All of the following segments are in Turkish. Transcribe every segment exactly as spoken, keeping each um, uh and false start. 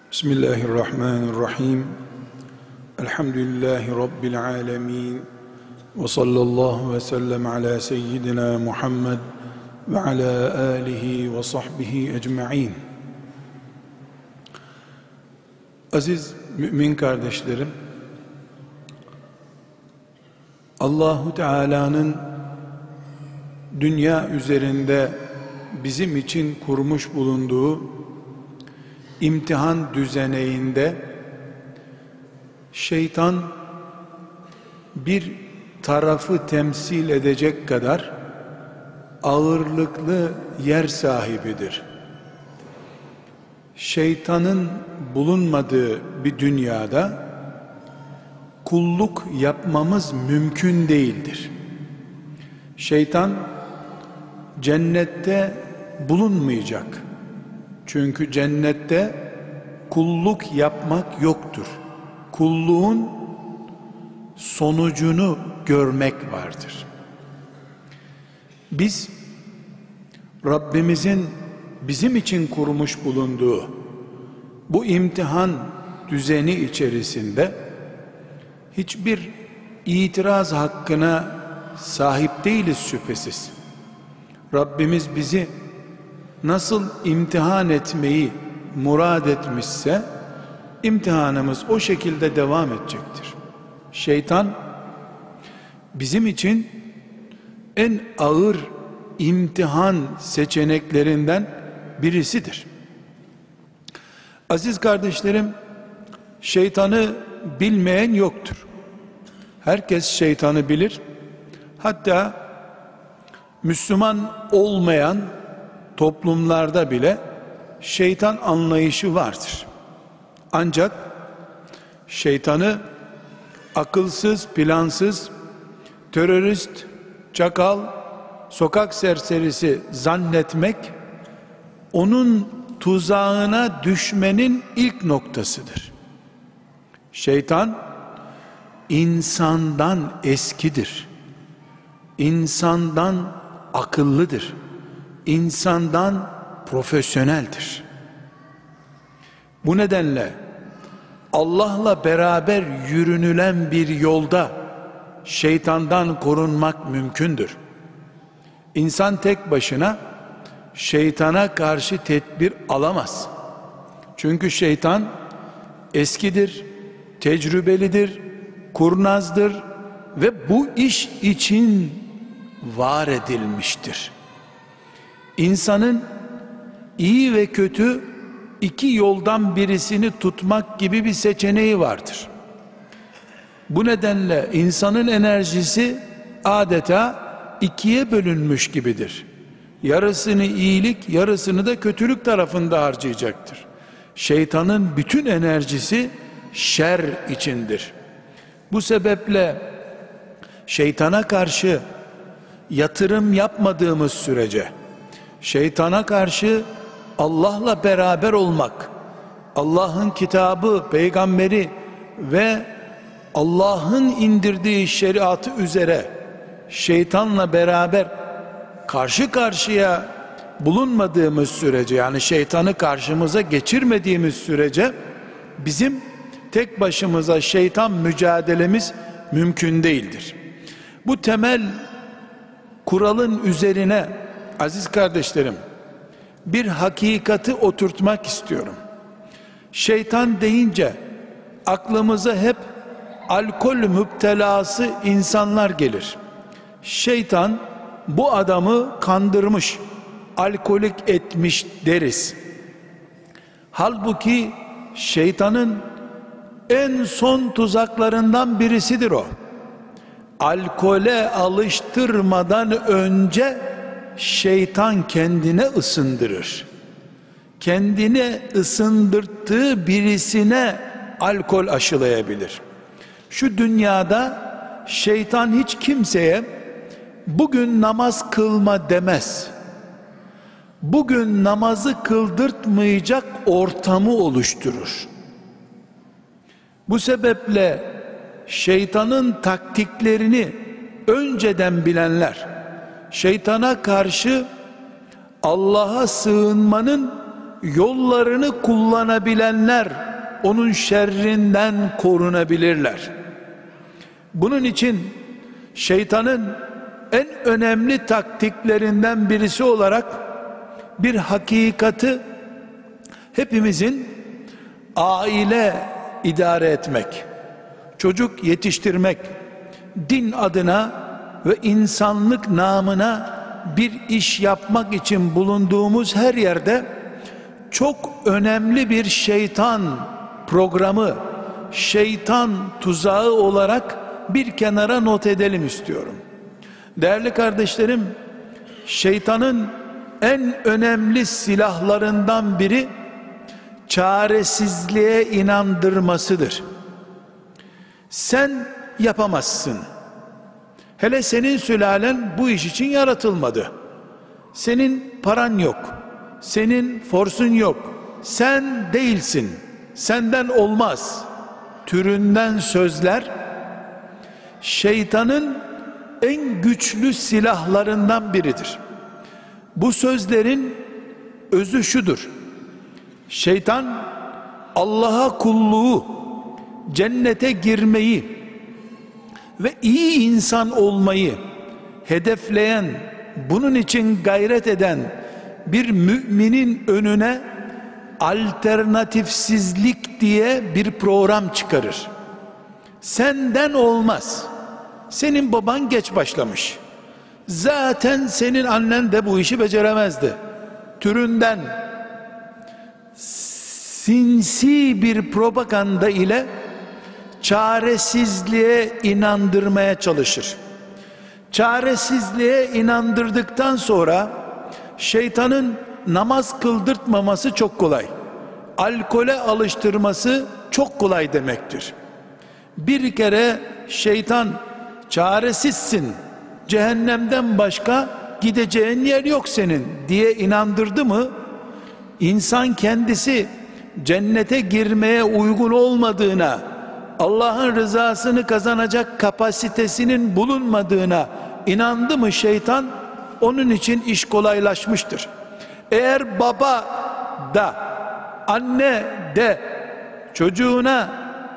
Bismillahirrahmanirrahim. Elhamdülillahi Rabbil alemin. Ve sallallahu ve sellem ala seyyidina Muhammed ve ala alihi ve sahbihi ecma'in. Aziz mümin kardeşlerim, Allahu Teala'nın dünya üzerinde bizim için kurmuş bulunduğu imtihan düzeneğinde şeytan bir tarafı temsil edecek kadar ağırlıklı yer sahibidir. Şeytanın bulunmadığı bir dünyada kulluk yapmamız mümkün değildir. Şeytan cennette bulunmayacak. Çünkü cennette kulluk yapmak yoktur. Kulluğun sonucunu görmek vardır. Biz Rabbimizin bizim için kurmuş bulunduğu bu imtihan düzeni içerisinde hiçbir itiraz hakkına sahip değiliz şüphesiz. Rabbimiz bizi nasıl imtihan etmeyi murad etmişse imtihanımız o şekilde devam edecektir. Şeytan bizim için en ağır imtihan seçeneklerinden birisidir. Aziz kardeşlerim, şeytanı bilmeyen yoktur. Herkes şeytanı bilir. Hatta Müslüman olmayan toplumlarda bile şeytan anlayışı vardır. Ancak şeytanı akılsız, plansız, terörist, çakal, sokak serserisi zannetmek onun tuzağına düşmenin ilk noktasıdır. Şeytan insandan eskidir. İnsandan akıllıdır. İnsandan profesyoneldir. Bu nedenle Allah'la beraber yürünülen bir yolda şeytandan korunmak mümkündür. İnsan tek başına şeytana karşı tedbir alamaz. Çünkü şeytan eskidir, tecrübelidir, kurnazdır ve bu iş için var edilmiştir. İnsanın iyi ve kötü iki yoldan birisini tutmak gibi bir seçeneği vardır. Bu nedenle insanın enerjisi adeta ikiye bölünmüş gibidir. Yarısını iyilik, yarısını da kötülük tarafında harcayacaktır. Şeytanın bütün enerjisi şer içindir. Bu sebeple şeytana karşı yatırım yapmadığımız sürece, şeytana karşı Allah'la beraber olmak, Allah'ın kitabı, peygamberi ve Allah'ın indirdiği şeriatı üzere şeytanla beraber karşı karşıya bulunmadığımız sürece, yani şeytanı karşımıza geçirmediğimiz sürece bizim tek başımıza şeytan mücadelemiz mümkün değildir. Bu temel kuralın üzerine aziz kardeşlerim bir hakikati oturtmak istiyorum. Şeytan deyince aklımıza hep alkol müptelası insanlar gelir. Şeytan bu adamı kandırmış, alkolik etmiş deriz. Halbuki şeytanın en son tuzaklarından birisidir o. Alkole alıştırmadan önce şeytan kendine ısındırır. Kendine ısındırttığı birisine alkol aşılayabilir. Şu dünyada şeytan hiç kimseye bugün namaz kılma demez. Bugün namazı kıldırtmayacak ortamı oluşturur. Bu sebeple şeytanın taktiklerini önceden bilenler, şeytana karşı Allah'a sığınmanın yollarını kullanabilenler onun şerrinden korunabilirler. Bunun için şeytanın en önemli taktiklerinden birisi olarak bir hakikati hepimizin aile idare etmek, çocuk yetiştirmek, din adına ve insanlık namına bir iş yapmak için bulunduğumuz her yerde çok önemli bir şeytan programı, şeytan tuzağı olarak bir kenara not edelim istiyorum. Değerli kardeşlerim, şeytanın en önemli silahlarından biri çaresizliğe inandırmasıdır. Sen yapamazsın. Hele senin sülalen bu iş için yaratılmadı. Senin paran yok. Senin forsun yok. Sen değilsin. Senden olmaz. Türünden sözler şeytanın en güçlü silahlarından biridir. Bu sözlerin özü şudur: şeytan Allah'a kulluğu, cennete girmeyi ve iyi insan olmayı hedefleyen, bunun için gayret eden bir müminin önüne alternatifsizlik diye bir program çıkarır. Senden olmaz. Senin baban geç başlamış. Zaten senin annen de bu işi beceremezdi. Türünden sinsi bir propaganda ile çaresizliğe inandırmaya çalışır. Çaresizliğe inandırdıktan sonra şeytanın namaz kıldırtmaması çok kolay. Alkole alıştırması çok kolay demektir. Bir kere şeytan çaresizsin, cehennemden başka gideceğin yer yok senin diye inandırdı mı, insan kendisi cennete girmeye uygun olmadığına, Allah'ın rızasını kazanacak kapasitesinin bulunmadığına inandı mı şeytan, onun için iş kolaylaşmıştır. Eğer baba da anne de çocuğuna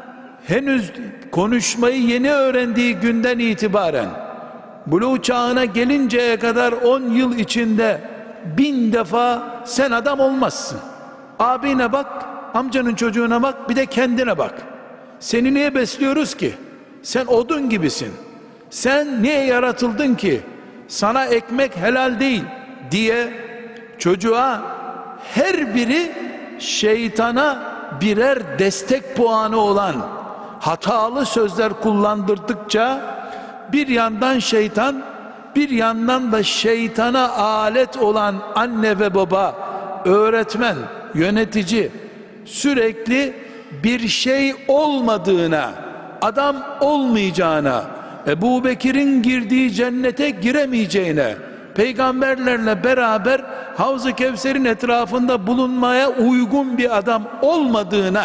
henüz konuşmayı yeni öğrendiği günden itibaren buluğ çağına gelinceye kadar on yıl içinde bin defa sen adam olmazsın, abine bak, amcanın çocuğuna bak, bir de kendine bak, seni niye besliyoruz ki, sen odun gibisin, sen niye yaratıldın ki, sana ekmek helal değil diye çocuğa her biri şeytana birer destek puanı olan hatalı sözler kullandırdıkça, bir yandan şeytan, bir yandan da şeytana alet olan anne ve baba, öğretmen, yönetici sürekli bir şey olmadığına, adam olmayacağına, Ebu Bekir'in girdiği cennete giremeyeceğine, peygamberlerle beraber Havz-ı Kevser'in etrafında bulunmaya uygun bir adam olmadığına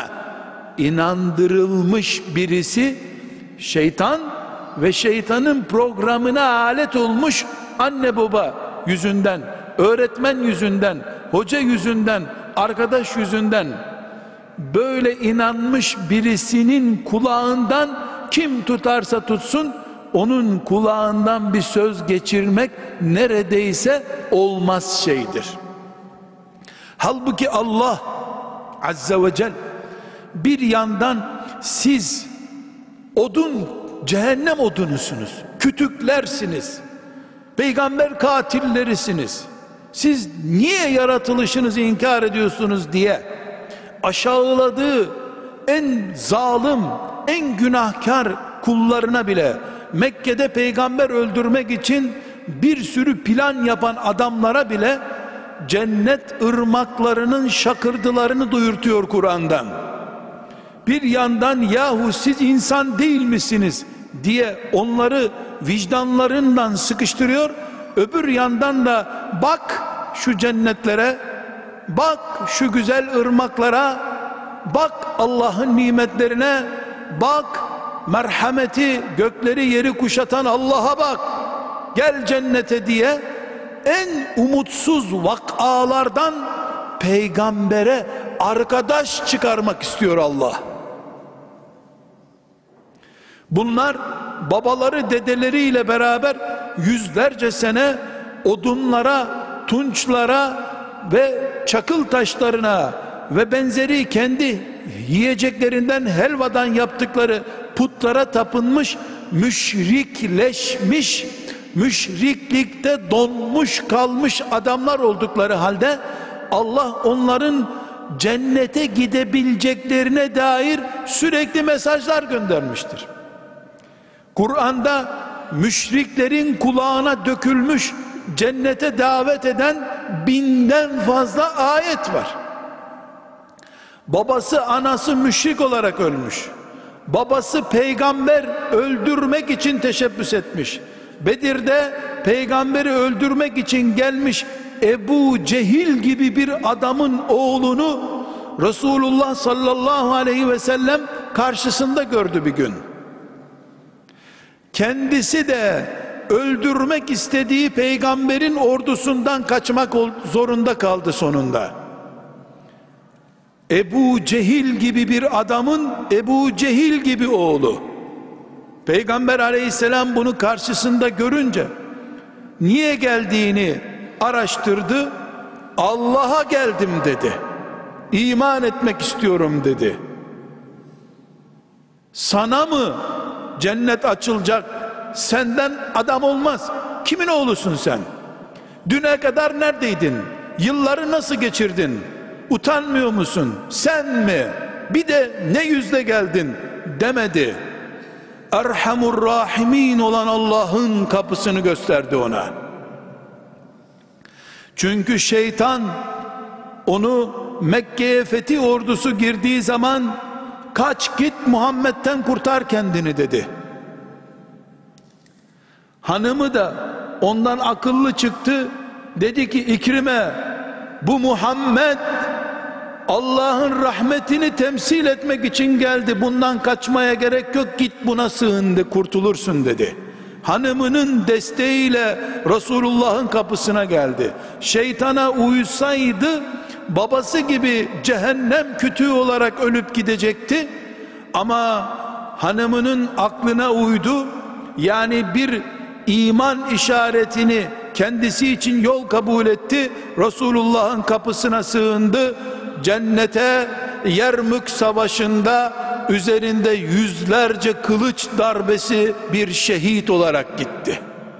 inandırılmış birisi şeytan ve şeytanın programına alet olmuş anne baba yüzünden, öğretmen yüzünden, hoca yüzünden, arkadaş yüzünden böyle inanmış birisinin kulağından kim tutarsa tutsun onun kulağından bir söz geçirmek neredeyse olmaz şeydir. Halbuki Allah Azze ve Celle bir yandan siz odun, cehennem odunusunuz, kütüklersiniz, peygamber katillerisiniz, siz niye yaratılışınızı inkar ediyorsunuz diye aşağıladığı en zalim, en günahkar kullarına bile, Mekke'de peygamber öldürmek için bir sürü plan yapan adamlara bile cennet ırmaklarının şakırdılarını duyurtuyor Kur'an'dan. Bir yandan yahu siz insan değil misiniz diye onları vicdanlarından sıkıştırıyor, öbür yandan da bak şu cennetlere, bak şu güzel ırmaklara, bak Allah'ın nimetlerine, bak merhameti gökleri yeri kuşatan Allah'a bak, gel cennete diye en umutsuz vakalardan peygambere arkadaş çıkarmak istiyor Allah. Bunlar babaları dedeleriyle beraber yüzlerce sene odunlara, tunçlara ve çakıl taşlarına ve benzeri kendi yiyeceklerinden helvadan yaptıkları putlara tapınmış, müşrikleşmiş, müşriklikte donmuş kalmış adamlar oldukları halde Allah onların cennete gidebileceklerine dair sürekli mesajlar göndermiştir. Kur'an'da müşriklerin kulağına dökülmüş cennete davet eden binden fazla ayet var. Babası anası müşrik olarak ölmüş. Babası peygamber öldürmek için teşebbüs etmiş. Bedir'de peygamberi öldürmek için gelmiş Ebu Cehil gibi bir adamın oğlunu Resulullah sallallahu aleyhi ve sellem karşısında gördü bir gün. Kendisi de öldürmek istediği peygamberin ordusundan kaçmak zorunda kaldı sonunda. Ebu Cehil gibi bir adamın Ebu Cehil gibi oğlu. Peygamber aleyhisselam bunu karşısında görünce niye geldiğini araştırdı. Allah'a geldim dedi. İman etmek istiyorum dedi. Sana mı cennet açılacak? Senden adam olmaz. Kimin oğlusun sen? Düne kadar neredeydin? Yılları nasıl geçirdin? Utanmıyor musun? Sen mi? Bir de ne yüzle geldin demedi. Erhamur Rahimin olan Allah'ın kapısını gösterdi ona. Çünkü şeytan onu Mekke'ye fetih ordusu girdiği zaman kaç git Muhammed'den kurtar kendini dedi. Hanımı da ondan akıllı çıktı. Dedi ki İkrime, bu Muhammed Allah'ın rahmetini temsil etmek için geldi. Bundan kaçmaya gerek yok. Git buna sığındı, kurtulursun dedi. Hanımının desteğiyle Resulullah'ın kapısına geldi. Şeytana uysaydı babası gibi cehennem kütüğü olarak ölüp gidecekti. Ama hanımının aklına uydu. Yani bir iman işaretini kendisi için yol kabul etti. Resulullah'ın kapısına sığındı. Cennete Yermük Savaşı'nda üzerinde yüzlerce kılıç darbesi bir şehit olarak gitti.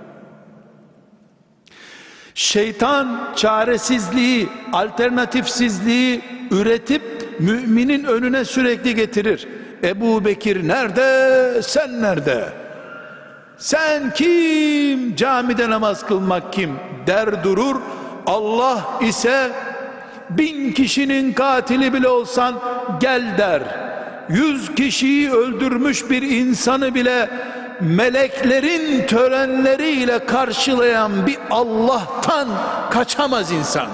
Şeytan çaresizliği, alternatifsizliği üretip müminin önüne sürekli getirir. Ebu Bekir nerede? Sen nerede? Sen kim? Camide namaz kılmak kim? Der durur. Allah ise bin kişinin katili bile olsan gel der. Yüz kişiyi öldürmüş bir insanı bile meleklerin törenleriyle karşılayan bir Allah'tan kaçamaz insan.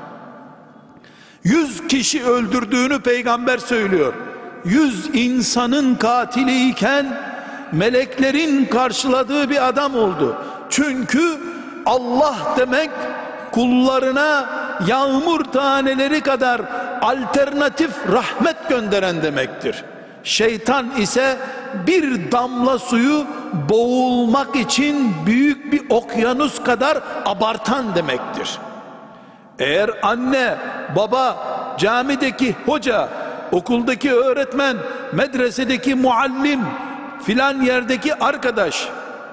Yüz kişi öldürdüğünü peygamber söylüyor. Yüz insanın katiliyken meleklerin karşıladığı bir adam oldu. Çünkü Allah demek kullarına yağmur taneleri kadar alternatif rahmet gönderen demektir. Şeytan ise bir damla suyu boğulmak için büyük bir okyanus kadar abartan demektir. Eğer anne, baba, camideki hoca, okuldaki öğretmen, medresedeki muallim, filan yerdeki arkadaş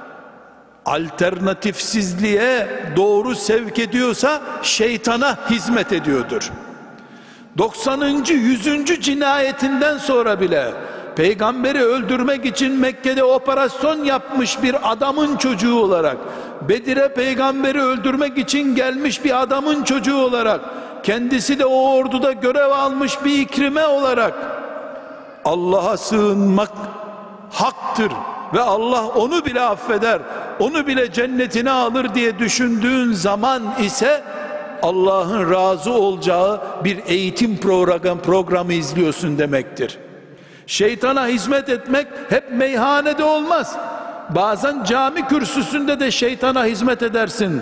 alternatifsizliğe doğru sevk ediyorsa şeytana hizmet ediyordur. doksanıncı yüzüncü cinayetinden sonra bile peygamberi öldürmek için Mekke'de operasyon yapmış bir adamın çocuğu olarak, Bedir'e peygamberi öldürmek için gelmiş bir adamın çocuğu olarak, kendisi de o orduda görev almış bir İkrime olarak Allah'a sığınmak haktır ve Allah onu bile affeder, onu bile cennetine alır diye düşündüğün zaman ise Allah'ın razı olacağı bir eğitim program, programı izliyorsun demektir. Şeytana hizmet etmek hep meyhanede olmaz. Bazen cami kürsüsünde de şeytana hizmet edersin.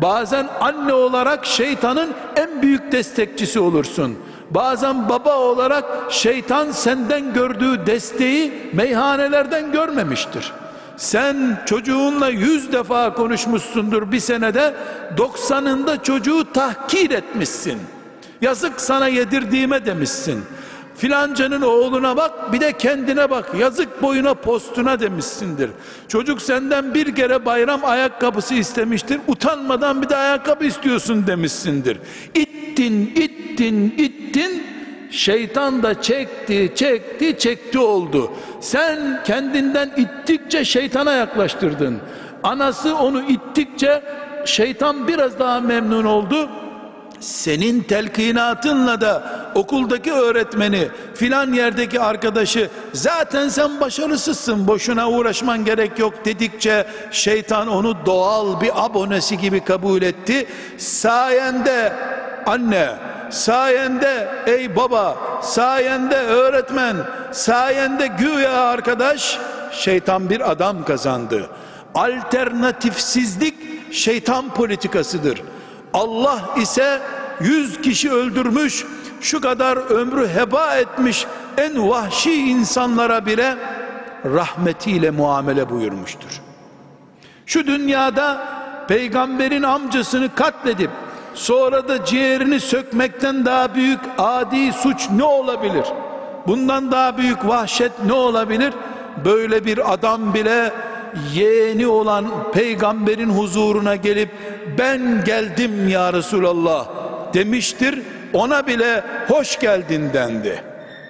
Bazen anne olarak şeytanın en büyük destekçisi olursun. Bazen baba olarak şeytan senden gördüğü desteği meyhanelerden görmemiştir. Sen çocuğunla yüz defa konuşmuşsundur bir senede, doksanında çocuğu tahkir etmişsin. Yazık sana yedirdiğime demişsin. Filancanın oğluna bak, bir de kendine bak, yazık boyuna postuna demişsindir. Çocuk senden bir kere bayram ayakkabısı istemiştir, utanmadan bir de ayakkabı istiyorsun demişsindir. İttin, ittin, ittin, şeytan da çekti, çekti, çekti oldu. Sen kendinden ittikçe şeytana yaklaştırdın. Anası onu ittikçe şeytan biraz daha memnun oldu. Senin telkinatınla da okuldaki öğretmeni, filan yerdeki arkadaşı, zaten sen başarısızsın, boşuna uğraşman gerek yok dedikçe şeytan onu doğal bir abonesi gibi kabul etti. Sayende anne, sayende ey baba, sayende öğretmen, sayende güya arkadaş, şeytan bir adam kazandı. Alternatifsizlik şeytan politikasıdır. Allah ise yüz kişi öldürmüş, şu kadar ömrü heba etmiş en vahşi insanlara bile rahmetiyle muamele buyurmuştur. Şu dünyada peygamberin amcasını katledip sonra da ciğerini sökmekten daha büyük adi suç ne olabilir? Bundan daha büyük vahşet ne olabilir? Böyle bir adam bile yeğeni olan peygamberin huzuruna gelip ben geldim ya Resulallah demiştir. Ona bile hoş geldin dendi.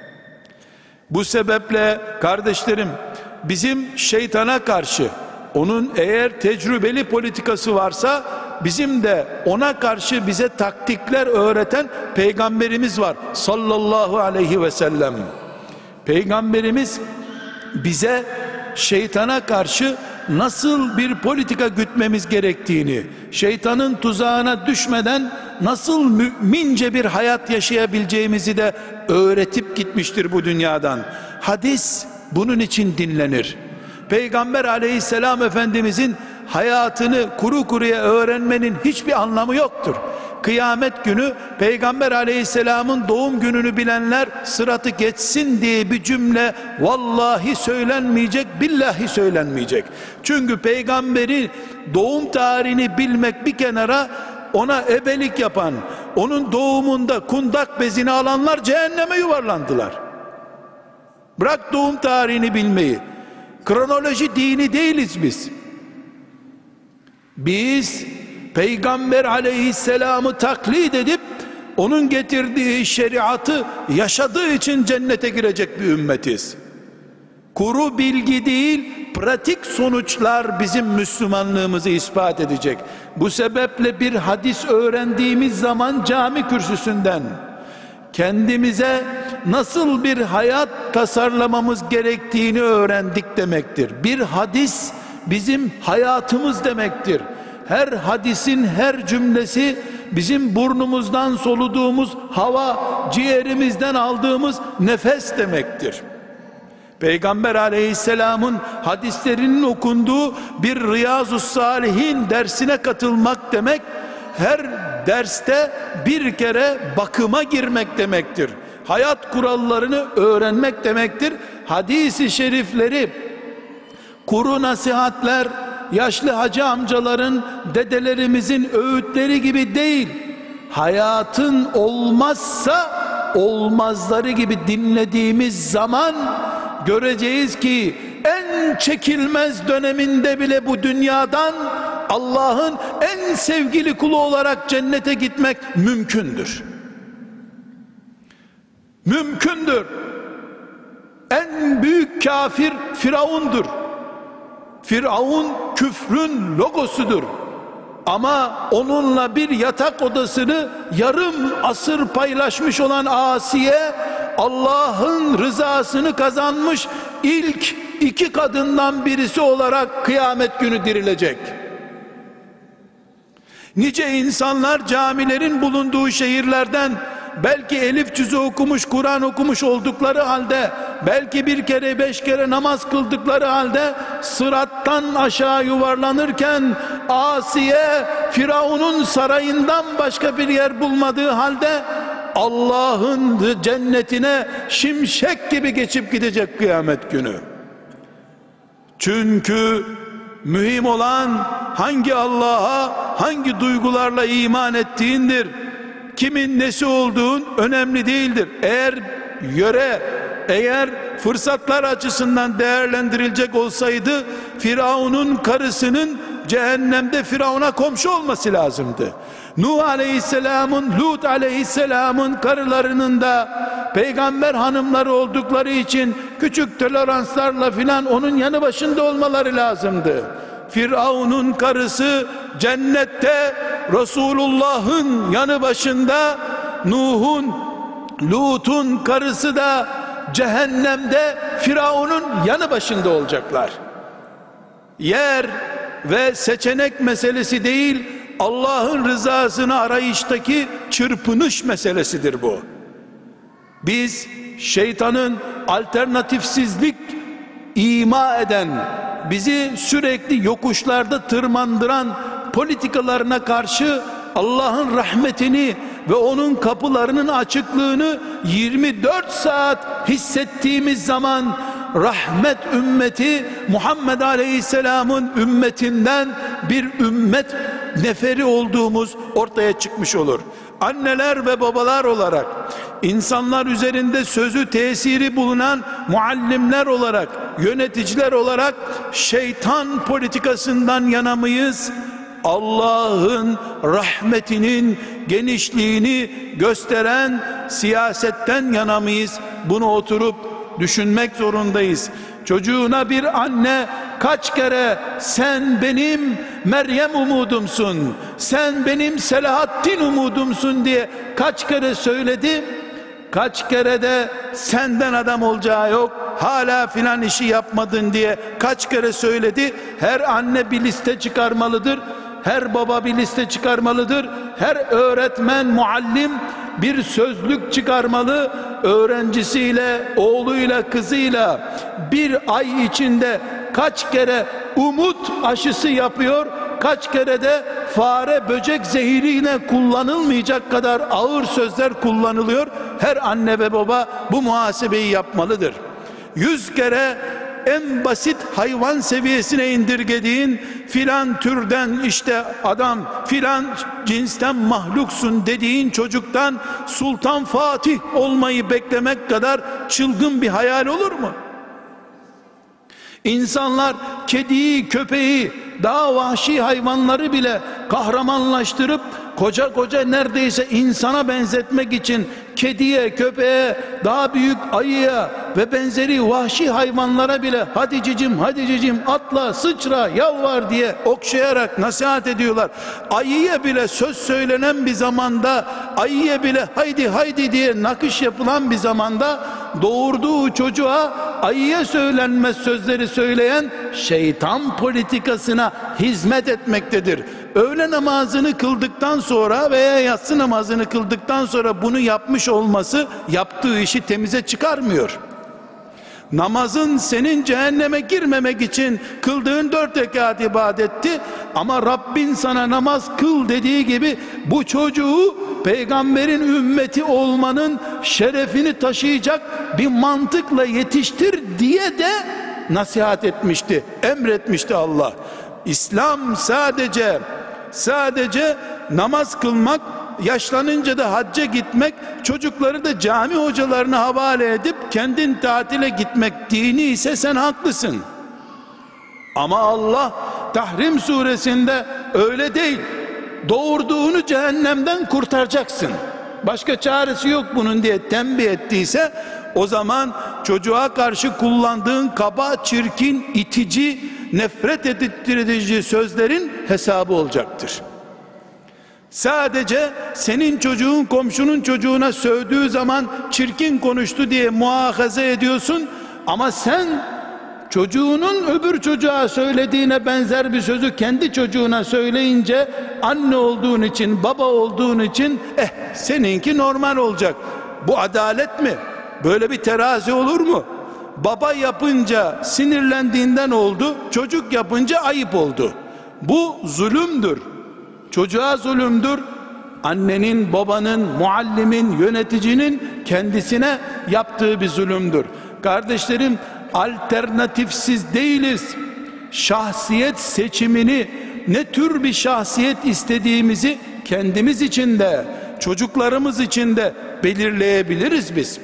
Bu sebeple kardeşlerim, bizim şeytana karşı, onun eğer tecrübeli politikası varsa, bizim de ona karşı bize taktikler öğreten peygamberimiz var sallallahu aleyhi ve sellem. Peygamberimiz bize şeytana karşı nasıl bir politika gütmemiz gerektiğini, şeytanın tuzağına düşmeden nasıl mümince bir hayat yaşayabileceğimizi de öğretip gitmiştir bu dünyadan. Hadis bunun için dinlenir. Peygamber aleyhisselam efendimizin hayatını kuru kuruya öğrenmenin hiçbir anlamı yoktur. Kıyamet günü Peygamber aleyhisselamın doğum gününü bilenler sıratı geçsin diye bir cümle vallahi söylenmeyecek, billahi söylenmeyecek. Çünkü peygamberi doğum tarihini bilmek bir kenara, ona ebelik yapan, onun doğumunda kundak bezini alanlar cehenneme yuvarlandılar. Bırak doğum tarihini bilmeyi, kronoloji dini değiliz biz. Biz Peygamber aleyhisselamı taklit edip onun getirdiği şeriatı yaşadığı için cennete girecek bir ümmetiz. Kuru bilgi değil, pratik sonuçlar bizim Müslümanlığımızı ispat edecek. Bu sebeple bir hadis öğrendiğimiz zaman cami kürsüsünden kendimize nasıl bir hayat tasarlamamız gerektiğini öğrendik demektir. Bir hadis bizim hayatımız demektir. Her hadisin her cümlesi bizim burnumuzdan soluduğumuz hava, ciğerimizden aldığımız nefes demektir. Peygamber aleyhisselamın hadislerinin okunduğu bir Riyazus Salihin dersine katılmak demek, her derste bir kere bakıma girmek demektir. Hayat kurallarını öğrenmek demektir. Hadis-i şerifleri kuru nasihatler, yaşlı hacı amcaların, dedelerimizin öğütleri gibi değil, hayatın olmazsa olmazları gibi dinlediğimiz zaman göreceğiz ki en çekilmez döneminde bile bu dünyadan Allah'ın en sevgili kulu olarak cennete gitmek mümkündür. Mümkündür. En büyük kafir Firavundur. Firavun küfrün logosudur. Ama onunla bir yatak odasını yarım asır paylaşmış olan Asiye, Allah'ın rızasını kazanmış ilk iki kadından birisi olarak kıyamet günü dirilecek. Nice insanlar camilerin bulunduğu şehirlerden belki elif cüzü okumuş, Kur'an okumuş oldukları halde, belki bir kere beş kere namaz kıldıkları halde sırattan aşağı yuvarlanırken Asiye Firavun'un sarayından başka bir yer bulmadığı halde Allah'ın cennetine şimşek gibi geçip gidecek kıyamet günü. Çünkü mühim olan hangi Allah'a, hangi duygularla iman ettiğindir. Kimin nesi olduğun önemli değildir. Eğer yöre, eğer fırsatlar açısından değerlendirilecek olsaydı, Firavun'un karısının cehennemde Firavun'a komşu olması lazımdı. Nuh Aleyhisselam'ın, Lut Aleyhisselam'ın karılarının da peygamber hanımları oldukları için küçük toleranslarla filan onun yanı başında olmaları lazımdı. Firavun'un karısı cennette Resulullah'ın yanı başında, Nuh'un, Lut'un karısı da cehennemde Firavun'un yanı başında olacaklar. Yer ve seçenek meselesi değil, Allah'ın rızasını arayıştaki çırpınış meselesidir bu. Biz şeytanın alternatifsizlik ima eden, bizi sürekli yokuşlarda tırmandıran politikalarına karşı Allah'ın rahmetini ve onun kapılarının açıklığını yirmi dört saat hissettiğimiz zaman rahmet ümmeti Muhammed Aleyhisselam'ın ümmetinden bir ümmet neferi olduğumuz ortaya çıkmış olur. Anneler ve babalar olarak, insanlar üzerinde sözü tesiri bulunan muallimler olarak, yöneticiler olarak şeytan politikasından yana mıyız? Allah'ın rahmetinin genişliğini gösteren siyasetten yana mıyız? Bunu oturup düşünmek zorundayız. Çocuğuna bir anne kaç kere sen benim Meryem umudumsun, sen benim Selahaddin umudumsun diye kaç kere söyledi? Kaç kere de senden adam olacağı yok, hala filan işi yapmadın diye kaç kere söyledi? Her anne bir liste çıkarmalıdır. Her baba bir liste çıkarmalıdır. Her öğretmen, muallim bir sözlük çıkarmalı. Öğrencisiyle, oğluyla, kızıyla bir ay içinde kaç kere umut aşısı yapıyor, kaç kere de fare böcek zehiriyle kullanılmayacak kadar ağır sözler kullanılıyor. Her anne ve baba bu muhasebeyi yapmalıdır. Yüz kere en basit hayvan seviyesine indirgediğin filan türden işte adam, filan cinsten mahluksun dediğin çocuktan Sultan Fatih olmayı beklemek kadar çılgın bir hayal olur mu? İnsanlar kediyi, köpeği, daha vahşi hayvanları bile kahramanlaştırıp koca koca neredeyse insana benzetmek için kediye, köpeğe, daha büyük ayıya ve benzeri vahşi hayvanlara bile hadi cicim, hadi cicim, atla, sıçra, yalvar diye okşayarak nasihat ediyorlar. Ayıya bile söz söylenen bir zamanda, ayıya bile haydi haydi diye nakış yapılan bir zamanda doğurduğu çocuğa ayıya söylenmez sözleri söyleyen şeytan politikasına hizmet etmektedir. Öğle namazını kıldıktan sonra veya yatsı namazını kıldıktan sonra bunu yapmış olması yaptığı işi temize çıkarmıyor. Namazın senin cehenneme girmemek için kıldığın dört rekat ibadetti, ama Rabbin sana namaz kıl dediği gibi bu çocuğu peygamberin ümmeti olmanın şerefini taşıyacak bir mantıkla yetiştir diye de nasihat etmişti, emretmişti Allah. İslam sadece sadece namaz kılmak, yaşlanınca da hacca gitmek, çocukları da cami hocalarına havale edip kendin tatile gitmek dini ise sen haklısın. Ama Allah Tahrim suresinde öyle değil. Doğurduğunu cehennemden kurtaracaksın, başka çaresi yok bunun diye tembih ettiyse, o zaman çocuğa karşı kullandığın kaba, çirkin, itici, nefret ettirici sözlerin hesabı olacaktır. Sadece senin çocuğun komşunun çocuğuna sövdüğü zaman çirkin konuştu diye muahaze ediyorsun, ama sen çocuğunun öbür çocuğa söylediğine benzer bir sözü kendi çocuğuna söyleyince, anne olduğun için, baba olduğun için eh seninki normal olacak. Bu adalet mi? Böyle bir terazi olur mu? Baba yapınca sinirlendiğinden oldu, çocuk yapınca ayıp oldu. Bu zulümdür. Çocuğa zulümdür. Annenin, babanın, muallimin, yöneticinin kendisine yaptığı bir zulümdür. Kardeşlerim, alternatifsiz değiliz. Şahsiyet seçimini, ne tür bir şahsiyet istediğimizi kendimiz için de, çocuklarımız için de belirleyebiliriz biz.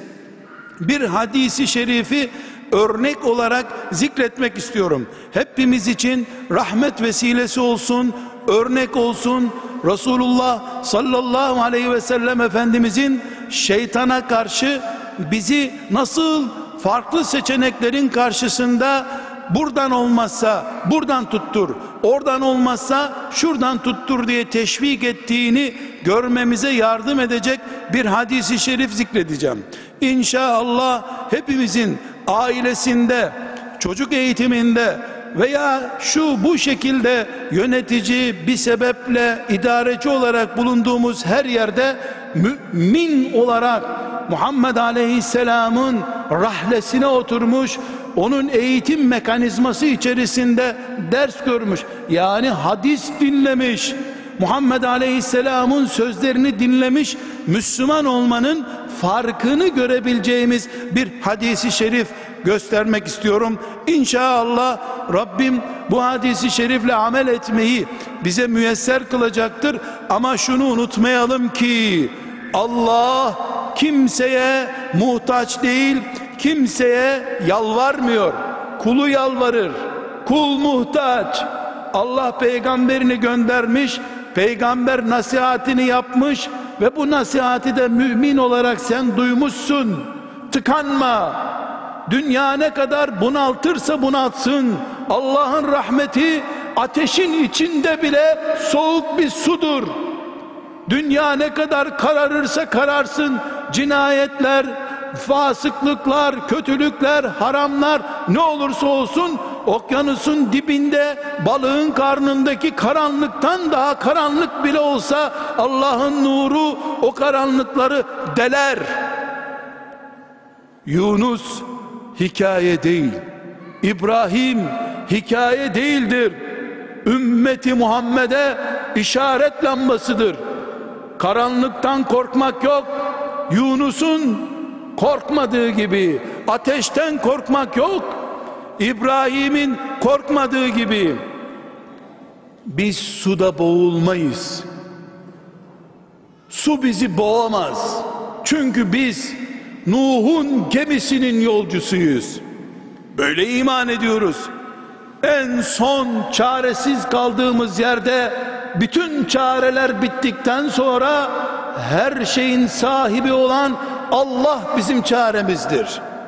Bir hadisi şerifi örnek olarak zikretmek istiyorum. Hepimiz için rahmet vesilesi olsun, örnek olsun. Resulullah sallallahu aleyhi ve sellem Efendimizin şeytana karşı bizi nasıl farklı seçeneklerin karşısında buradan olmazsa buradan tuttur, oradan olmazsa şuradan tuttur diye teşvik ettiğini görmemize yardım edecek bir hadisi şerif zikredeceğim. İnşallah hepimizin ailesinde, çocuk eğitiminde veya şu bu şekilde yönetici bir sebeple idareci olarak bulunduğumuz her yerde mümin olarak Muhammed Aleyhisselam'ın rahlesine oturmuş, onun eğitim mekanizması içerisinde ders görmüş, yani hadis dinlemiş, Muhammed Aleyhisselam'ın sözlerini dinlemiş Müslüman olmanın farkını görebileceğimiz bir hadisi şerif göstermek istiyorum. İnşallah Rabbim bu hadisi şerifle amel etmeyi bize müyesser kılacaktır. Ama şunu unutmayalım ki Allah kimseye muhtaç değil, kimseye yalvarmıyor. Kulu yalvarır, kul muhtaç. Allah peygamberini göndermiş, peygamber nasihatini yapmış ve bu nasihati de mümin olarak sen duymuşsun. Tıkanma. Dünya ne kadar bunaltırsa bunaltsın, Allah'ın rahmeti ateşin içinde bile soğuk bir sudur. Dünya ne kadar kararırsa kararsın, cinayetler, fasıklıklar, kötülükler, haramlar ne olursa olsun okyanusun dibinde balığın karnındaki karanlıktan daha karanlık bile olsa Allah'ın nuru o karanlıkları deler. Yunus hikaye değil, İbrahim hikaye değildir. Ümmeti Muhammed'e işaret lambasıdır. Karanlıktan korkmak yok. Yunus'un korkmadığı gibi ateşten korkmak yok. İbrahim'in korkmadığı gibi biz suda boğulmayız. Su bizi boğamaz. Çünkü biz Nuh'un gemisinin yolcusuyuz. Böyle iman ediyoruz. En son çaresiz kaldığımız yerde bütün çareler bittikten sonra her şeyin sahibi olan Allah bizim çaremizdir.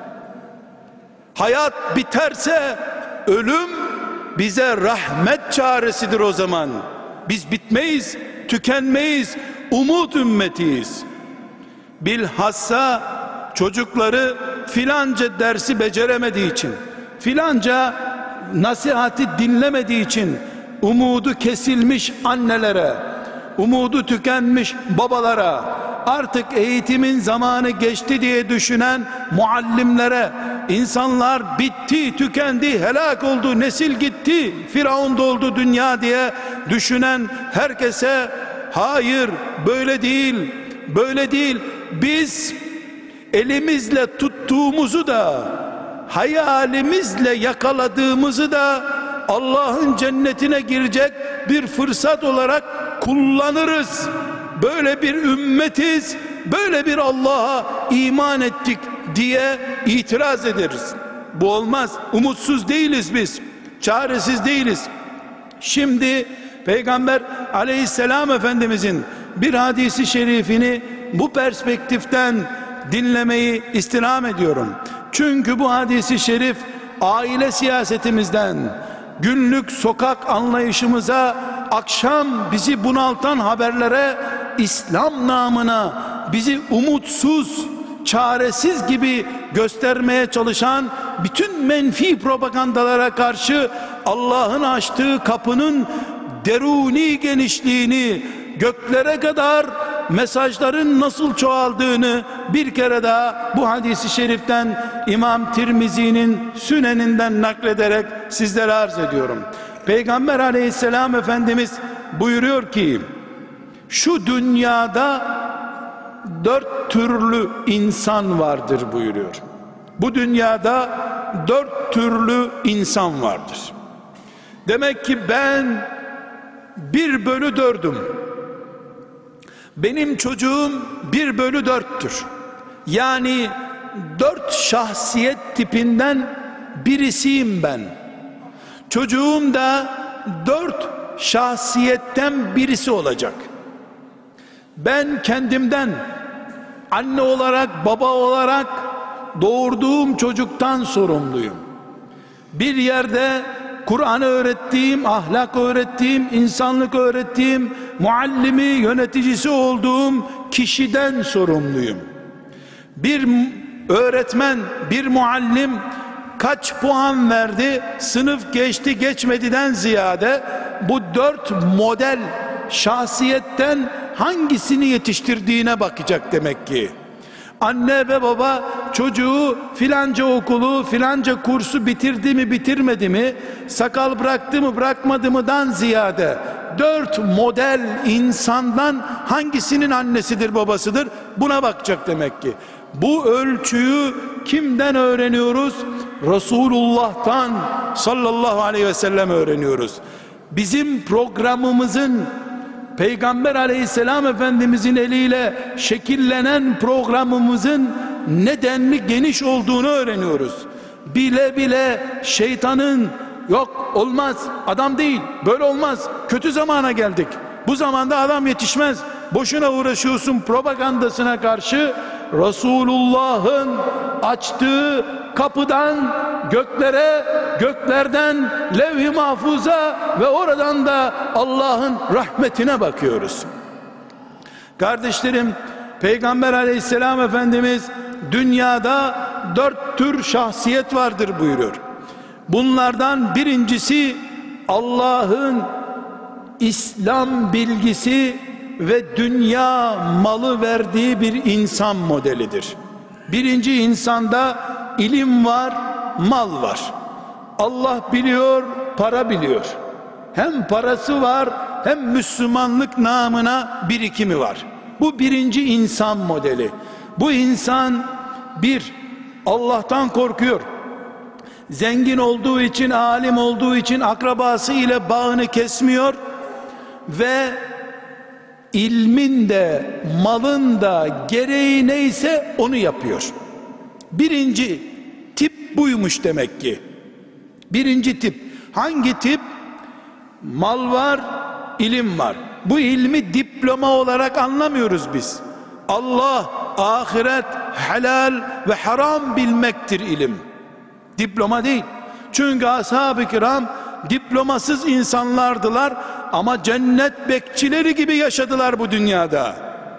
Hayat biterse ölüm bize rahmet çaresidir o zaman. Biz bitmeyiz, tükenmeyiz, umut ümmetiyiz. Bilhassa çocukları filanca dersi beceremediği için, filanca nasihati dinlemediği için umudu kesilmiş annelere, umudu tükenmiş babalara, artık eğitimin zamanı geçti diye düşünen muallimlere, insanlar bitti, tükendi, helak oldu, nesil gitti, Firavun doldu dünya diye düşünen herkese hayır, böyle değil, böyle değil. Biz elimizle tuttuğumuzu da hayalimizle yakaladığımızı da Allah'ın cennetine girecek bir fırsat olarak kullanırız. Böyle bir ümmetiz, böyle bir Allah'a iman ettik diye itiraz ederiz. Bu olmaz. Umutsuz değiliz biz, çaresiz değiliz. Şimdi Peygamber Aleyhisselam Efendimizin bir hadisi şerifini bu perspektiften dinlemeyi istirham ediyorum. Çünkü bu hadisi şerif aile siyasetimizden günlük sokak anlayışımıza, akşam bizi bunaltan haberlere, İslam namına bizi umutsuz, çaresiz gibi göstermeye çalışan bütün menfi propagandalara karşı Allah'ın açtığı kapının deruni genişliğini, göklere kadar mesajların nasıl çoğaldığını bir kere daha bu hadisi şeriften İmam Tirmizi'nin Süneninden naklederek sizlere arz ediyorum. Peygamber Aleyhisselam Efendimiz buyuruyor ki şu dünyada dört türlü insan vardır buyuruyor. Bu dünyada dört türlü insan vardır. Demek ki ben bir bölü dördüm. Benim çocuğum bir bölü dörttür. Yani dört şahsiyet tipinden birisiyim ben. Çocuğum da dört şahsiyetten birisi olacak. Ben kendimden, anne olarak, baba olarak doğurduğum çocuktan sorumluyum. Bir yerde Kur'an'ı öğrettiğim, ahlak öğrettiğim, insanlık öğrettiğim, muallimi, yöneticisi olduğum kişiden sorumluyum. Bir öğretmen, bir muallim kaç puan verdi, sınıf geçti geçmediden ziyade bu dört model şahsiyetten hangisini yetiştirdiğine bakacak demek ki. Anne ve baba çocuğu filanca okulu, filanca kursu bitirdi mi bitirmedi mi, sakal bıraktı mı bırakmadı mıdan ziyade dört model insandan hangisinin annesidir babasıdır buna bakacak demek ki. Bu ölçüyü kimden öğreniyoruz? Resulullah'tan sallallahu aleyhi ve sellem öğreniyoruz. Bizim programımızın, Peygamber aleyhisselam efendimizin eliyle şekillenen programımızın nedenli geniş olduğunu öğreniyoruz. Bile bile şeytanın yok olmaz, adam değil, böyle olmaz, kötü zamana geldik, bu zamanda adam yetişmez, boşuna uğraşıyorsun propagandasına karşı Resulullah'ın açtığı kapıdan göklere, göklerden levh-i mahfuza ve oradan da Allah'ın rahmetine bakıyoruz. Kardeşlerim, Peygamber aleyhisselam efendimiz dünyada dört tür şahsiyet vardır buyuruyor. Bunlardan birincisi Allah'ın İslam bilgisi ve dünya malı verdiği bir insan modelidir. Birinci insanda ilim var, mal var. Allah biliyor, para biliyor. Hem parası var, hem Müslümanlık namına birikimi var. Bu birinci insan modeli. Bu insan bir, Allah'tan korkuyor. Zengin olduğu için, alim olduğu için akrabası ile bağını kesmiyor ve ilmin de malın da gereği neyse onu yapıyor. Birinci tip buymuş demek ki. Birinci tip. Hangi tip? Mal var, ilim var. Bu ilmi diploma olarak anlamıyoruz biz. Allah, ahiret, helal ve haram bilmektir ilim. Diploma değil. Çünkü ashab-ı kiram diplomasız insanlardılar ama cennet bekçileri gibi yaşadılar bu dünyada.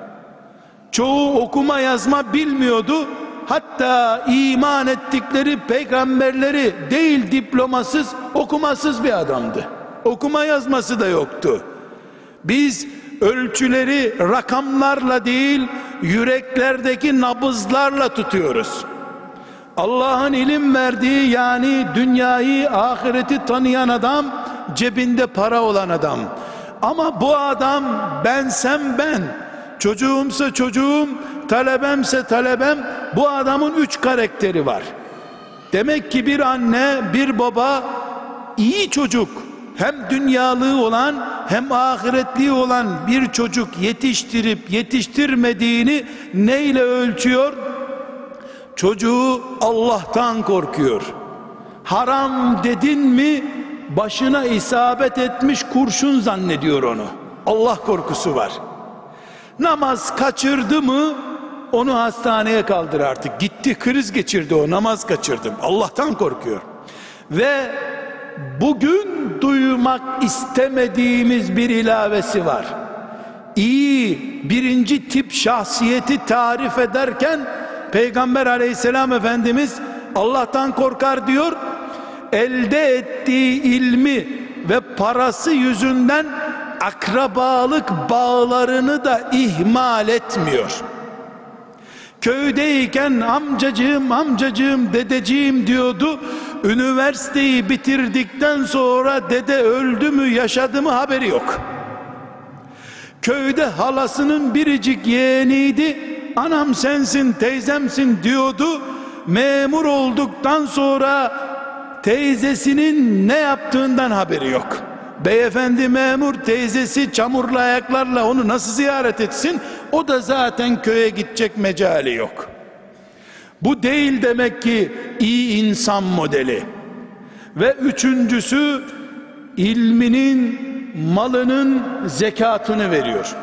Çoğu okuma yazma bilmiyordu. Hatta iman ettikleri peygamberleri değil diplomasız, okumasız bir adamdı. Okuma yazması da yoktu. Biz ölçüleri rakamlarla değil, yüreklerdeki nabızlarla tutuyoruz. Allah'ın ilim verdiği, yani dünyayı, ahireti tanıyan adam, cebinde para olan adam. Ama bu adam bensem ben, çocuğumsa çocuğum, talebemse talebem, bu adamın üç karakteri var. Demek ki bir anne, bir baba iyi çocuk, hem dünyalığı olan hem ahiretliği olan bir çocuk yetiştirip yetiştirmediğini neyle ölçüyor? Çocuğu Allah'tan korkuyor. Haram dedin mi başına isabet etmiş kurşun zannediyor onu. Allah korkusu var. Namaz kaçırdı mı onu hastaneye kaldır artık. Gitti, kriz geçirdi o, namaz kaçırdım. Allah'tan korkuyor. Ve bugün duymak istemediğimiz bir ilavesi var. İyi birinci tip şahsiyeti tarif ederken Peygamber aleyhisselam efendimiz Allah'tan korkar diyor, elde ettiği ilmi ve parası yüzünden akrabalık bağlarını da ihmal etmiyor. Köydeyken amcacığım amcacığım dedeciğim diyordu, üniversiteyi bitirdikten sonra dede öldü mü yaşadı mı haberi yok. Köyde halasının biricik yeğeniydi. Anam sensin, teyzemsin diyordu. Memur olduktan sonra teyzesinin ne yaptığından haberi yok. Beyefendi memur, teyzesi çamurlu ayaklarla onu nasıl ziyaret etsin? O da zaten köye gidecek mecali yok. Bu değil demek ki iyi insan modeli. Ve üçüncüsü, ilminin, malının zekatını veriyor.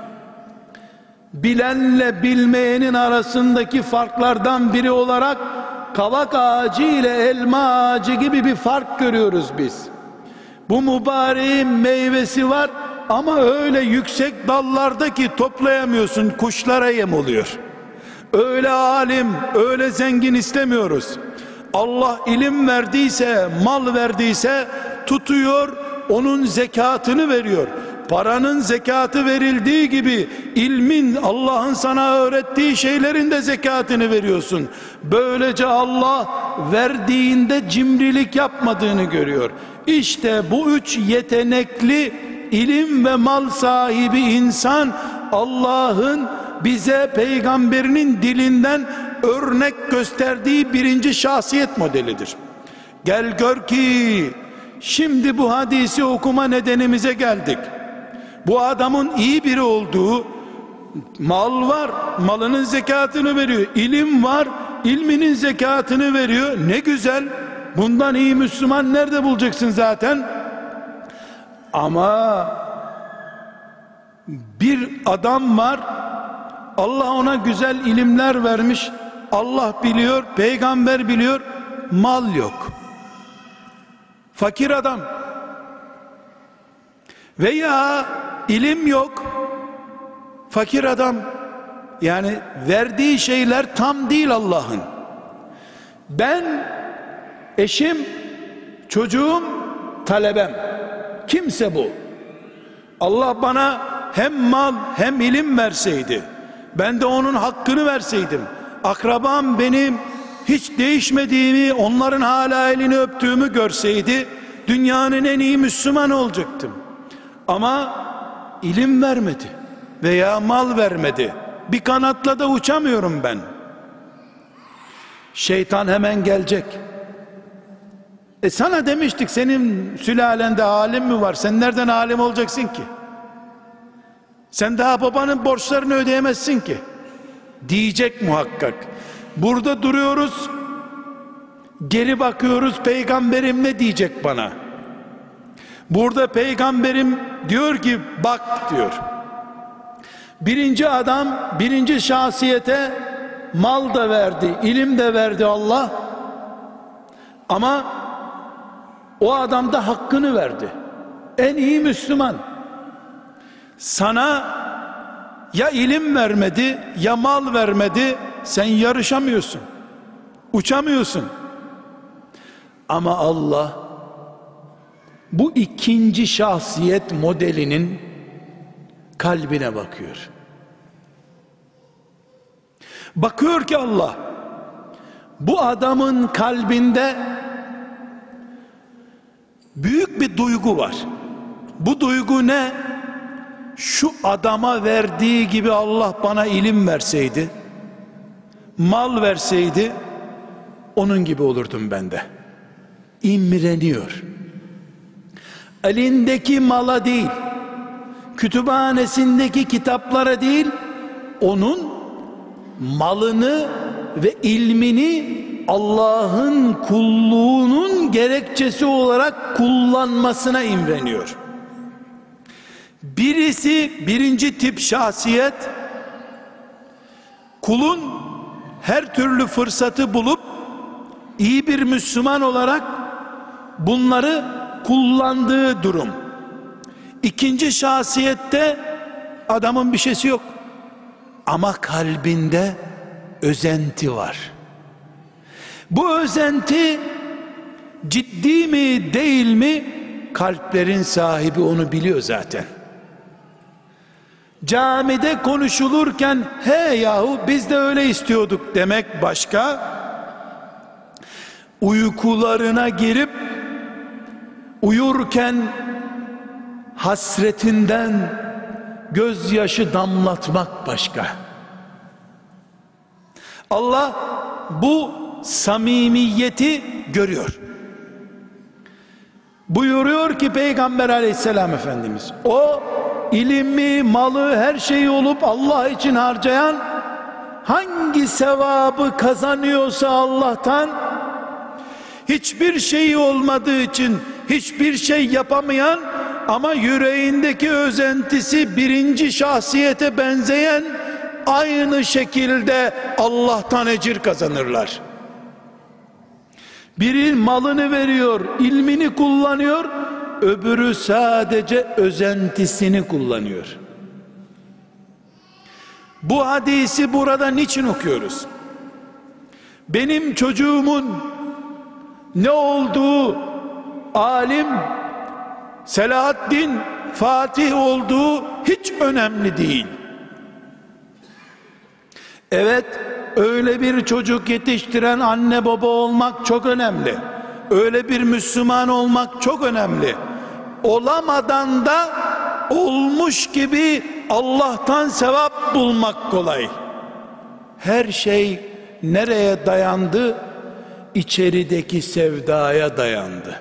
Bilenle bilmeyenin arasındaki farklardan biri olarak kavak ağacı ile elma ağacı gibi bir fark görüyoruz biz. Bu mübareğin meyvesi var ama öyle yüksek dallarda ki toplayamıyorsun, kuşlara yem oluyor. Öyle alim, öyle zengin istemiyoruz. Allah ilim verdiyse, mal verdiyse tutuyor, onun zekatını veriyor. Paranın zekatı verildiği gibi ilmin, Allah'ın sana öğrettiği şeylerin de zekatını veriyorsun. Böylece Allah verdiğinde cimrilik yapmadığını görüyor. İşte bu üç yetenekli ilim ve mal sahibi insan Allah'ın bize peygamberinin dilinden örnek gösterdiği birinci şahsiyet modelidir. Gel gör ki şimdi bu hadisi okuma nedenimize geldik. Bu adamın iyi biri olduğu, mal var, malının zekatını veriyor. İlim var, ilminin zekatını veriyor. Ne güzel. Bundan iyi Müslüman nerede bulacaksın zaten? Ama bir adam var, Allah ona güzel ilimler vermiş. Allah biliyor, peygamber biliyor, mal yok. Fakir adam. Veya ilim yok, fakir adam. Yani verdiği şeyler tam değil Allah'ın. Ben, eşim, çocuğum, talebem. Kimse bu. Allah bana hem mal hem ilim verseydi, ben de onun hakkını verseydim, akrabam benim hiç değişmediğimi, onların hala elini öptüğümü görseydi, dünyanın en iyi Müslüman olacaktım. Ama ilim vermedi veya mal vermedi. Bir kanatla da uçamıyorum ben. Şeytan hemen gelecek. E sana demiştik, senin sülalende alim mi var? Sen nereden alim olacaksın ki? Sen daha babanın borçlarını ödeyemezsin ki. Diyecek muhakkak. Burada duruyoruz, geri bakıyoruz, peygamberim ne diyecek bana? Burada peygamberim diyor ki bak diyor. Birinci adam, birinci şahsiyete mal da verdi, ilim de verdi Allah. Ama o adam da hakkını verdi. En iyi Müslüman. Sana ya ilim vermedi ya mal vermedi, sen yarışamıyorsun, uçamıyorsun. Ama Allah bu ikinci şahsiyet modelinin kalbine bakıyor. Bakıyor ki Allah bu adamın kalbinde büyük bir duygu var. Bu duygu ne? Şu adama verdiği gibi Allah bana ilim verseydi, mal verseydi, onun gibi olurdum ben de. İmreniyor. Elindeki mala değil, kütüphanesindeki kitaplara değil, onun malını ve ilmini Allah'ın kulluğunun gerekçesi olarak kullanmasına imreniyor. Birisi, birinci tip şahsiyet, kulun her türlü fırsatı bulup iyi bir Müslüman olarak bunları kullandığı durum. İkinci şahsiyette adamın bir şeysi yok ama kalbinde özenti var. Bu özenti ciddi mi değil mi, kalplerin sahibi onu biliyor zaten. Camide konuşulurken he yahu biz de öyle istiyorduk demek başka, uykularına girip uyurken hasretinden gözyaşı damlatmak başka. Allah bu samimiyeti görüyor. Buyuruyor ki Peygamber aleyhisselam Efendimiz, o ilmi, malı, her şeyi olup Allah için harcayan, hangi sevabı kazanıyorsa Allah'tan, hiçbir şeyi olmadığı için hiçbir şey yapamayan ama yüreğindeki özentisi birinci şahsiyete benzeyen, aynı şekilde Allah'tan ecir kazanırlar. Biri malını veriyor, ilmini kullanıyor, öbürü sadece özentisini kullanıyor. Bu hadisi burada niçin okuyoruz? Benim çocuğumun ne olduğu, alim, Selahaddin, Fatih olduğu hiç önemli değil. Evet, öyle bir çocuk yetiştiren anne baba olmak çok önemli. Öyle bir Müslüman olmak çok önemli. Olamadan da olmuş gibi Allah'tan sevap bulmak kolay. Her şey nereye dayandı? İçerideki sevdaya dayandı.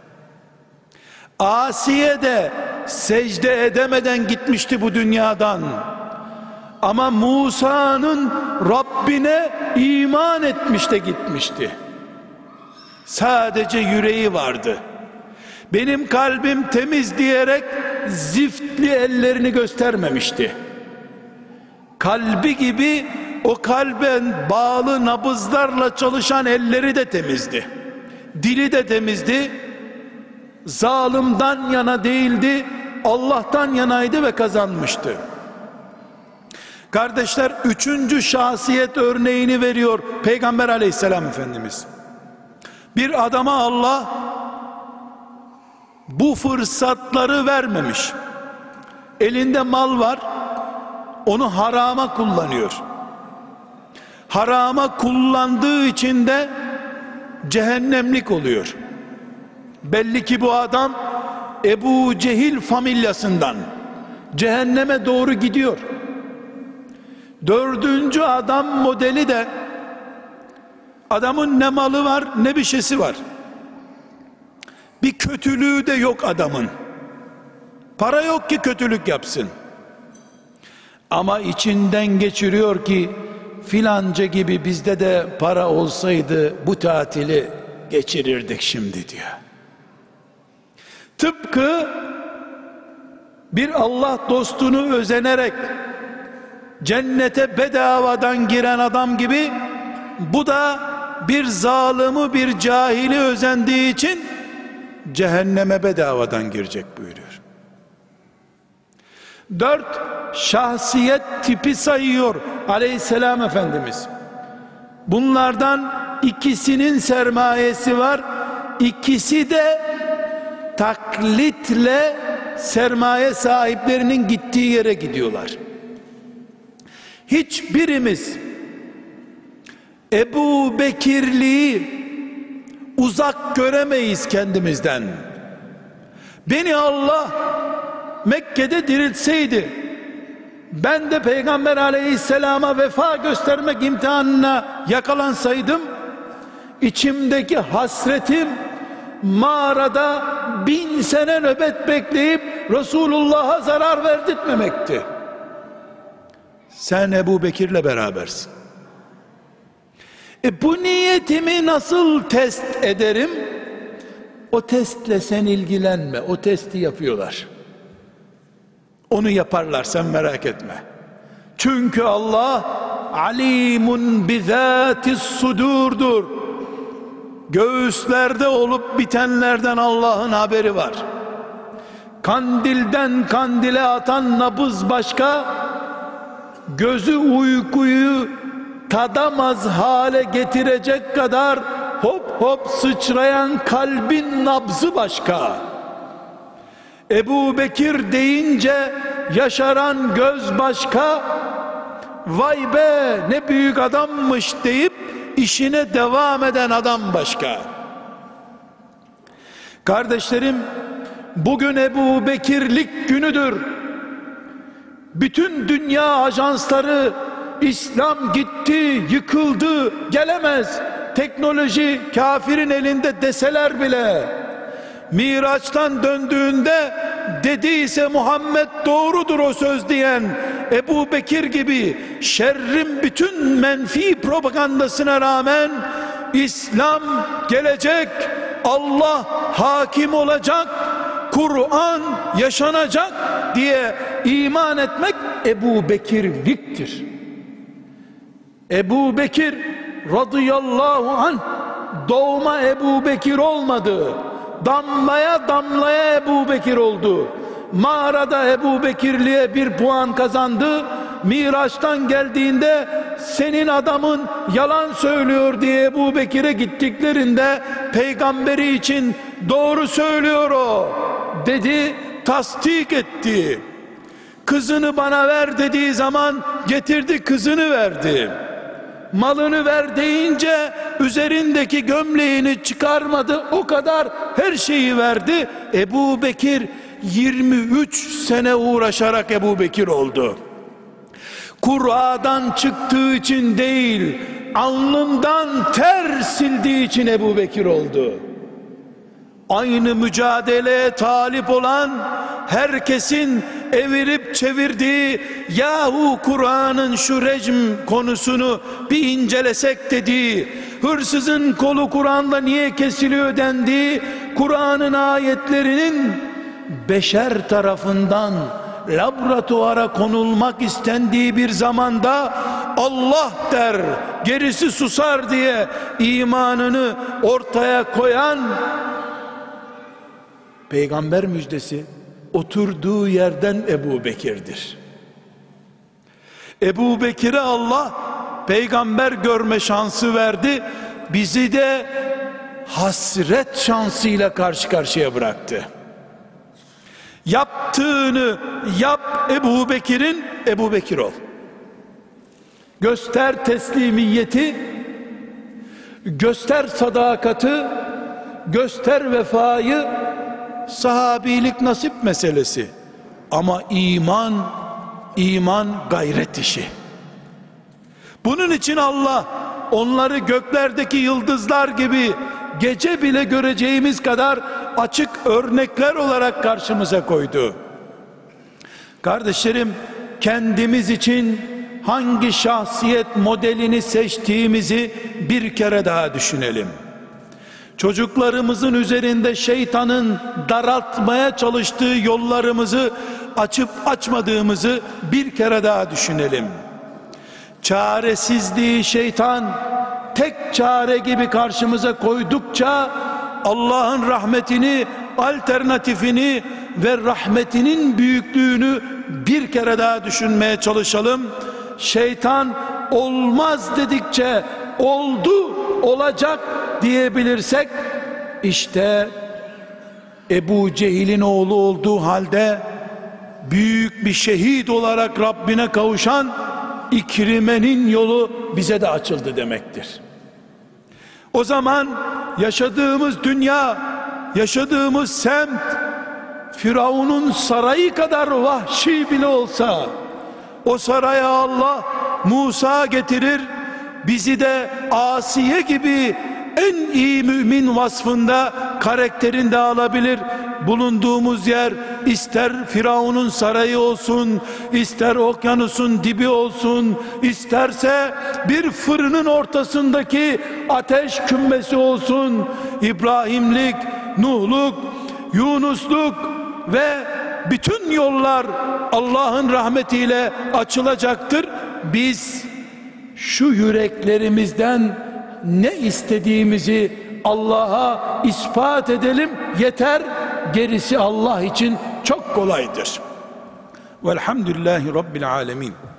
Asiye de secde edemeden gitmişti bu dünyadan. Ama Musa'nın Rabbine iman etmiş de gitmişti. Sadece yüreği vardı. Benim kalbim temiz diyerek ziftli ellerini göstermemişti. Kalbi gibi o kalben bağlı nabızlarla çalışan elleri de temizdi. Dili de temizdi. Zalimden yana değildi, Allah'tan yanaydı ve kazanmıştı. Kardeşler, üçüncü şahsiyet örneğini veriyor Peygamber aleyhisselam Efendimiz. Bir adama Allah bu fırsatları vermemiş. Elinde mal var, onu harama kullanıyor. Harama kullandığı için de cehennemlik oluyor. Belli ki bu adam Ebu Cehil familyasından cehenneme doğru gidiyor. Dördüncü adam modeli de, adamın ne malı var ne bir şeysi var, bir kötülüğü de yok adamın. Para yok ki kötülük yapsın. Ama içinden geçiriyor ki filanca gibi bizde de para olsaydı bu tatili geçirirdik şimdi diyor. Tıpkı bir Allah dostunu özenerek cennete bedavadan giren adam gibi, bu da bir zalimi, bir cahili özendiği için cehenneme bedavadan girecek buyuruyor. Dört şahsiyet tipi sayıyor aleyhisselam Efendimiz. Bunlardan ikisinin sermayesi var, ikisi de taklitle sermaye sahiplerinin gittiği yere gidiyorlar. Hiçbirimiz Ebu Bekirliği uzak göremeyiz kendimizden. Beni Allah Mekke'de diriltseydi, ben de Peygamber aleyhisselama vefa göstermek imtihanına yakalansaydım, içimdeki hasretim mağarada bin sene nöbet bekleyip Resulullah'a zarar verdirtmemekti. Sen Ebu Bekir'le berabersin. E bu niyetimi nasıl test ederim? O testle sen ilgilenme. O testi yapıyorlar. Onu yaparlar, sen merak etme. Çünkü Allah alimun bizatis sudurdur. Göğüslerde olup bitenlerden Allah'ın haberi var. Kandilden kandile atan nabız başka, gözü uykuyu tadamaz hale getirecek kadar hop hop sıçrayan kalbin nabzı başka. Ebu Bekir deyince yaşaran göz başka, vay be ne büyük adammış deyip işine devam eden adam başka. Kardeşlerim, bugün Ebu Bekirlik günüdür. Bütün dünya ajansları İslam gitti, yıkıldı, gelemez, teknoloji kafirin elinde deseler bile, Miraç'tan döndüğünde dediyse Muhammed doğrudur o söz diyen Ebu Bekir gibi şerrin bütün menfi propagandasına rağmen İslam gelecek, Allah hakim olacak, Kur'an yaşanacak diye iman etmek Ebu Bekirliktir. Ebu Bekir radıyallahu anh doğma Ebu Bekir olmadı. Damlaya damlaya Ebu Bekir oldu. Mağarada Ebu Bekirliğe bir puan kazandı. Miraç'tan geldiğinde senin adamın yalan söylüyor diye Ebu Bekir'e gittiklerinde peygamberi için doğru söylüyor o dedi, tasdik etti. Kızını bana ver dediği zaman getirdi, kızını verdi. Malını ver deyince üzerindeki gömleğini çıkarmadı, o kadar her şeyi verdi. Ebu Bekir yirmi üç sene uğraşarak Ebu Bekir oldu. Kur'a'dan çıktığı için değil, alnından ter sildiği için Ebu Bekir oldu. Aynı mücadeleye talip olan herkesin evirip çevirdiği, yahu Kur'an'ın şu recm konusunu bir incelesek dediği, hırsızın kolu Kur'an'da niye kesiliyor dendiği, Kur'an'ın ayetlerinin beşer tarafından laboratuvara konulmak istendiği bir zamanda Allah der, gerisi susar diye imanını ortaya koyan peygamber müjdesi oturduğu yerden Ebu Bekir'dir. Ebu Bekir'e Allah peygamber görme şansı verdi, bizi de hasret şansıyla karşı karşıya bıraktı. Yaptığını yap Ebu Bekir'in, Ebu Bekir ol. Göster teslimiyeti, göster sadakati, göster vefayı. Sahabilik nasip meselesi ama iman iman gayret işi. Bunun için Allah onları göklerdeki yıldızlar gibi gece bile göreceğimiz kadar açık örnekler olarak karşımıza koydu. Kardeşlerim, kendimiz için hangi şahsiyet modelini seçtiğimizi bir kere daha düşünelim. Çocuklarımızın üzerinde şeytanın daraltmaya çalıştığı yollarımızı açıp açmadığımızı bir kere daha düşünelim. Çaresizliği şeytan tek çare gibi karşımıza koydukça Allah'ın rahmetini, alternatifini ve rahmetinin büyüklüğünü bir kere daha düşünmeye çalışalım. Şeytan olmaz dedikçe oldu, olacak diyebilirsek, işte Ebu Cehil'in oğlu olduğu halde büyük bir şehit olarak Rabbine kavuşan İkrime'nin yolu bize de açıldı demektir. O zaman yaşadığımız dünya, yaşadığımız semt Firavun'un sarayı kadar vahşi bile olsa, o saraya Allah Musa getirir, bizi de Asiye gibi en iyi mümin vasfında, karakterinde alabilir. Bulunduğumuz yer ister Firavun'un sarayı olsun, ister okyanusun dibi olsun, isterse bir fırının ortasındaki ateş kümbesi olsun, İbrahimlik, Nuhluk, Yunusluk ve bütün yollar Allah'ın rahmetiyle açılacaktır. Biz şu yüreklerimizden ne istediğimizi Allah'a ispat edelim, yeter. Gerisi Allah için çok kolaydır. Velhamdülillahi Rabbil alemin.